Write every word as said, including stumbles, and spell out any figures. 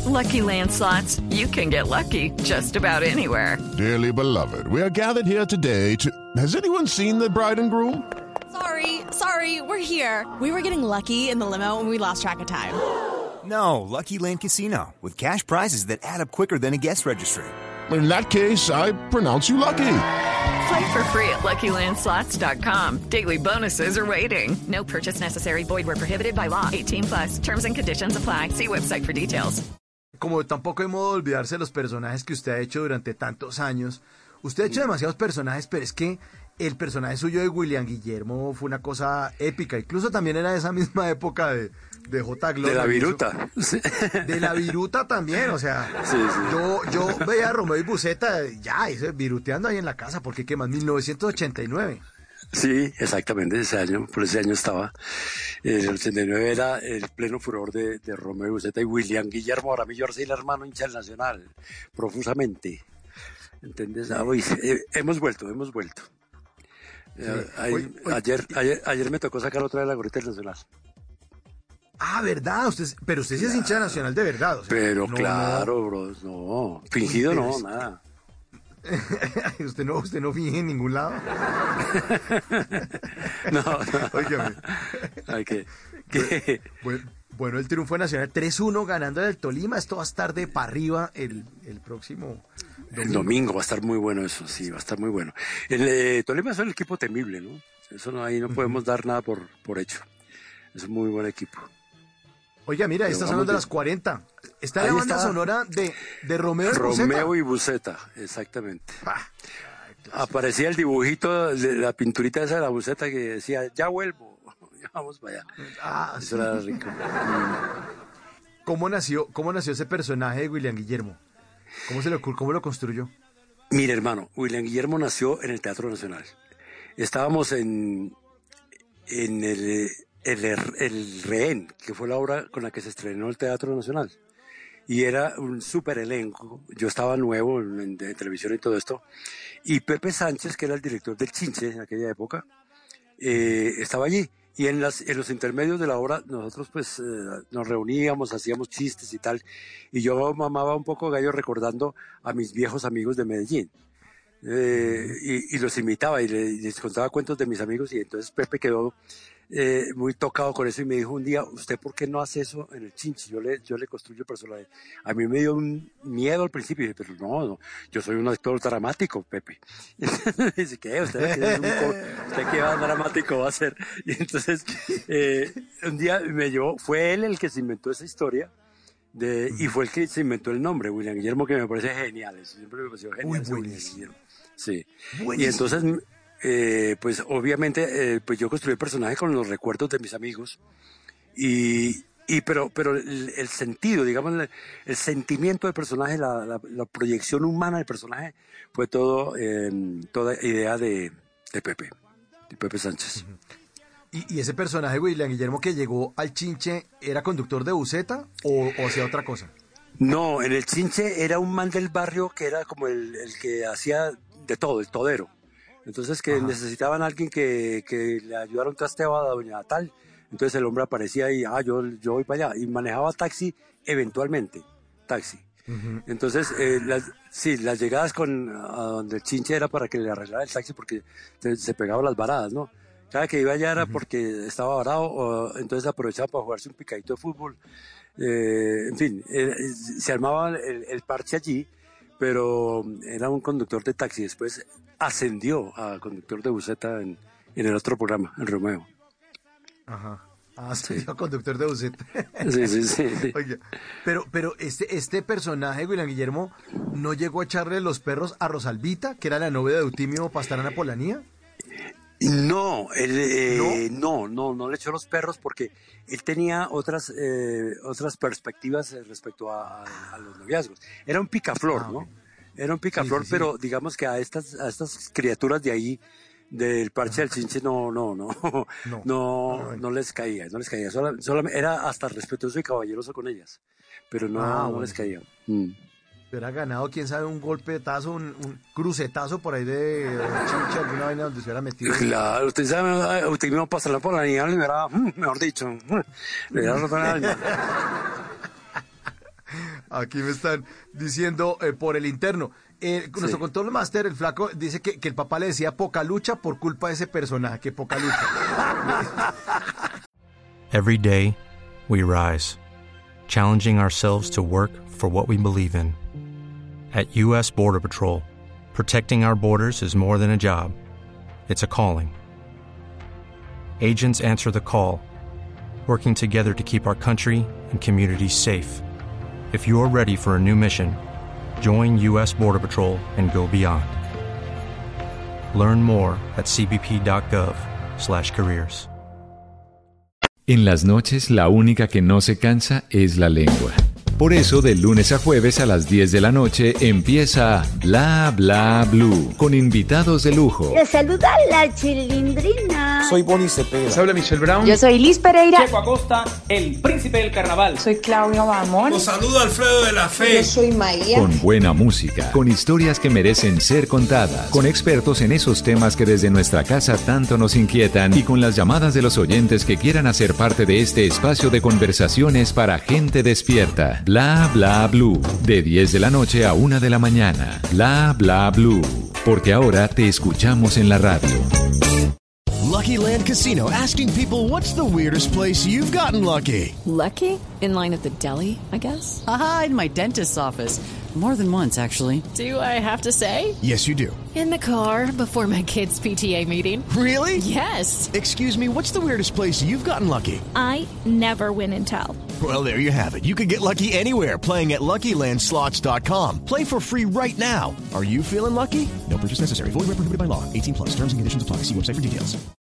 Lucky Land Slots, you can get lucky just about anywhere. Dearly beloved, we are gathered here today to... Has anyone seen the bride and groom? Sorry, sorry, we're here. We were getting lucky in the limo and we lost track of time. No, Lucky Land Casino, with cash prizes that add up quicker than a guest registry. In that case, I pronounce you lucky. Play for free at Lucky Land Slots dot com. Daily bonuses are waiting. No purchase necessary. Void where prohibited by law. eighteen plus. Terms and conditions apply. See website for details. Como tampoco hay modo de olvidarse de los personajes que usted ha hecho durante tantos años. Usted ha hecho demasiados personajes, pero es que el personaje suyo de William Guillermo fue una cosa épica. Incluso también era de esa misma época de, de J. Gloria. De la viruta. De la viruta también, o sea, sí, sí. Yo, yo veía a Romeo y Buceta, ya, ese, viruteando ahí en la casa, porque qué más, mil novecientos ochenta y nueve. Sí, exactamente, ese año, por ese año estaba. El ochenta y nueve era el pleno furor de, de Romeo y Buceta y William Guillermo Aramillo Arcila, hermano hincha del Nacional, profusamente. ¿Entendés? Ah, uy, eh, hemos vuelto, hemos vuelto. Sí. Eh, ahí, oye, oye, ayer, ayer, ayer me tocó sacar otra vez la gorrita del Nacional. Ah, ¿verdad? Usted, pero usted sí claro. Es hincha nacional de verdad. O sea, pero no, claro, no. Bro, no. Fingido no, es... nada. ¿Usted no, usted no finge en ningún lado? no, no. Óigame. Ay, ¿qué? ¿Qué? Bueno, bueno, el triunfo nacional tres uno ganando el Tolima. Esto va a estar de para arriba el, el próximo domingo. El domingo va a estar muy bueno eso, sí, va a estar muy bueno. El eh, Tolima es un equipo temible, ¿no? Eso no, ahí no podemos uh-huh. dar nada por, por hecho. Es un muy buen equipo. Oiga, mira, esta sonora de las cuarenta. Está la banda está sonora de, de Romeo y Buceta. Romeo y Buceta, exactamente. Ah, aparecía el dibujito, la pinturita esa de la Buceta que decía, ya vuelvo, ya vamos para allá. Ah, eso sí. Era rico. ¿Cómo nació, ¿Cómo nació ese personaje de William Guillermo? ¿Cómo se lo, cómo lo construyó? Mire, hermano, William Guillermo nació en el Teatro Nacional. Estábamos en, en el... El, el Rehén, que fue la obra con la que se estrenó el Teatro Nacional. Y era un súper elenco. Yo estaba nuevo en, en, en televisión y todo esto. Y Pepe Sánchez, que era el director del Chinche en aquella época, eh, estaba allí. Y en, las, en los intermedios de la obra, nosotros pues eh, nos reuníamos, hacíamos chistes y tal. Y yo mamaba un poco gallo recordando a mis viejos amigos de Medellín. Eh, y, y los imitaba y les, les contaba cuentos de mis amigos. Y entonces Pepe quedó... Eh, muy tocado con eso y me dijo un día, ¿usted por qué no hace eso en el Chinche? Yo le, yo le construyo el personaje. A mí me dio un miedo al principio y dije, pero no, no, yo soy un actor dramático, Pepe. Dice, ¿qué? ¿Usted, ¿Usted, ¿Usted qué dramático va a ser? Y entonces eh, un día me llevó, fue él el que se inventó esa historia de, y fue el que se inventó el nombre, William Guillermo, que me parece genial. Eso siempre me pareció genial. Uy, buenísimo. Sí. Buenísimo. Y entonces... Eh, pues obviamente eh, pues yo construí el personaje con los recuerdos de mis amigos y, y pero pero el, el sentido, digamos el, el sentimiento del personaje, la, la, la proyección humana del personaje fue todo eh, toda idea de, de Pepe de Pepe Sánchez. Uh-huh. ¿Y, y ese personaje, William Guillermo, que llegó al Chinche, era conductor de Buceta o, o hacía otra cosa? No, en el Chinche era un man del barrio que era como el, el que hacía de todo, el todero. Entonces que Ajá. necesitaban a alguien que, que le ayudara un trasteo a doña tal. Entonces el hombre aparecía y, ah, yo, yo voy para allá. Y manejaba taxi eventualmente, taxi. Uh-huh. Entonces, eh, las, sí, las llegadas con, a donde el Chinche era para que le arreglara el taxi porque se, se pegaba las varadas, ¿no? Cada que iba allá era uh-huh. porque estaba varado, o, entonces aprovechaba para jugarse un picadito de fútbol. Eh, en fin, eh, se armaba el, el parche allí, pero era un conductor de taxi. Después ascendió a conductor de Buceta en, en el otro programa, en Romeo. Ajá. Ah, ascendió sí. a conductor de Buceta. Sí, sí, sí. sí. Oye, pero, pero este, este personaje, William Guillermo, ¿no llegó a echarle los perros a Rosalvita, que era la novia de Eutimio Pastrana Polanía? No, él, eh, ¿No? no, no, no le echó los perros porque él tenía otras, eh, otras perspectivas respecto a, a, a los noviazgos. Era un picaflor, ah, ¿no? Okay. Era un picaflor, sí, sí, pero sí. digamos que a estas, a estas criaturas de ahí, del parche del Chinche, no, no, no, no, no, no, no les caía, no les caía. Solo, solo era hasta respetuoso y caballeroso con ellas, pero no, ah, no bueno. les caía. Mm. Hubiera ganado, quién sabe, un golpetazo, un, un crucetazo por ahí de, de Chinche, alguna vaina donde se hubiera metido. Claro, usted sabe, usted mismo pasarla por la niña, le hubiera, mejor dicho, le hubiera roto la alma. Aquí me están diciendo eh, por el interno. Eh, nuestro Sí. control master, el flaco, dice que, que el papá le decía poca lucha por culpa de ese personaje, que poca lucha. Every day, we rise, challenging ourselves to work for what we believe in. At U S Border Patrol, protecting our borders is more than a job. It's a calling. Agents answer the call, working together to keep our country and communities safe. If you are ready for a new mission, join U S Border Patrol and go beyond. Learn more at c b p dot gov slash careers. En las noches, la única que no se cansa es la lengua. Por eso, de lunes a jueves a las diez de la noche empieza Bla Bla Blue, con invitados de lujo. Le saluda la Chilindrina. Soy Bonnie Cepeda. Les habla Michelle Brown. Yo soy Liz Pereira. Checo Acosta, el príncipe del carnaval. Soy Claudia Bamón. Los saludo Alfredo de la Fe. Yo soy María. Con buena música, con historias que merecen ser contadas, con expertos en esos temas que desde nuestra casa tanto nos inquietan y con las llamadas de los oyentes que quieran hacer parte de este espacio de conversaciones para gente despierta. Bla Bla Blue, de diez de la noche a una de la mañana. Bla Bla Blue, porque ahora te escuchamos en la radio. Lucky Land Casino, asking people, what's the weirdest place you've gotten lucky? Lucky? In line at the deli, I guess? Aha, in my dentist's office. More than once, actually. Do I have to say? Yes, you do. In the car before my kids' P T A meeting. Really? Yes. Excuse me, what's the weirdest place you've gotten lucky? I never win and tell. Well, there you have it. You can get lucky anywhere, playing at lucky land slots dot com. Play for free right now. Are you feeling lucky? No purchase necessary. Void where prohibited by law. eighteen plus. Terms and conditions apply. See website for details.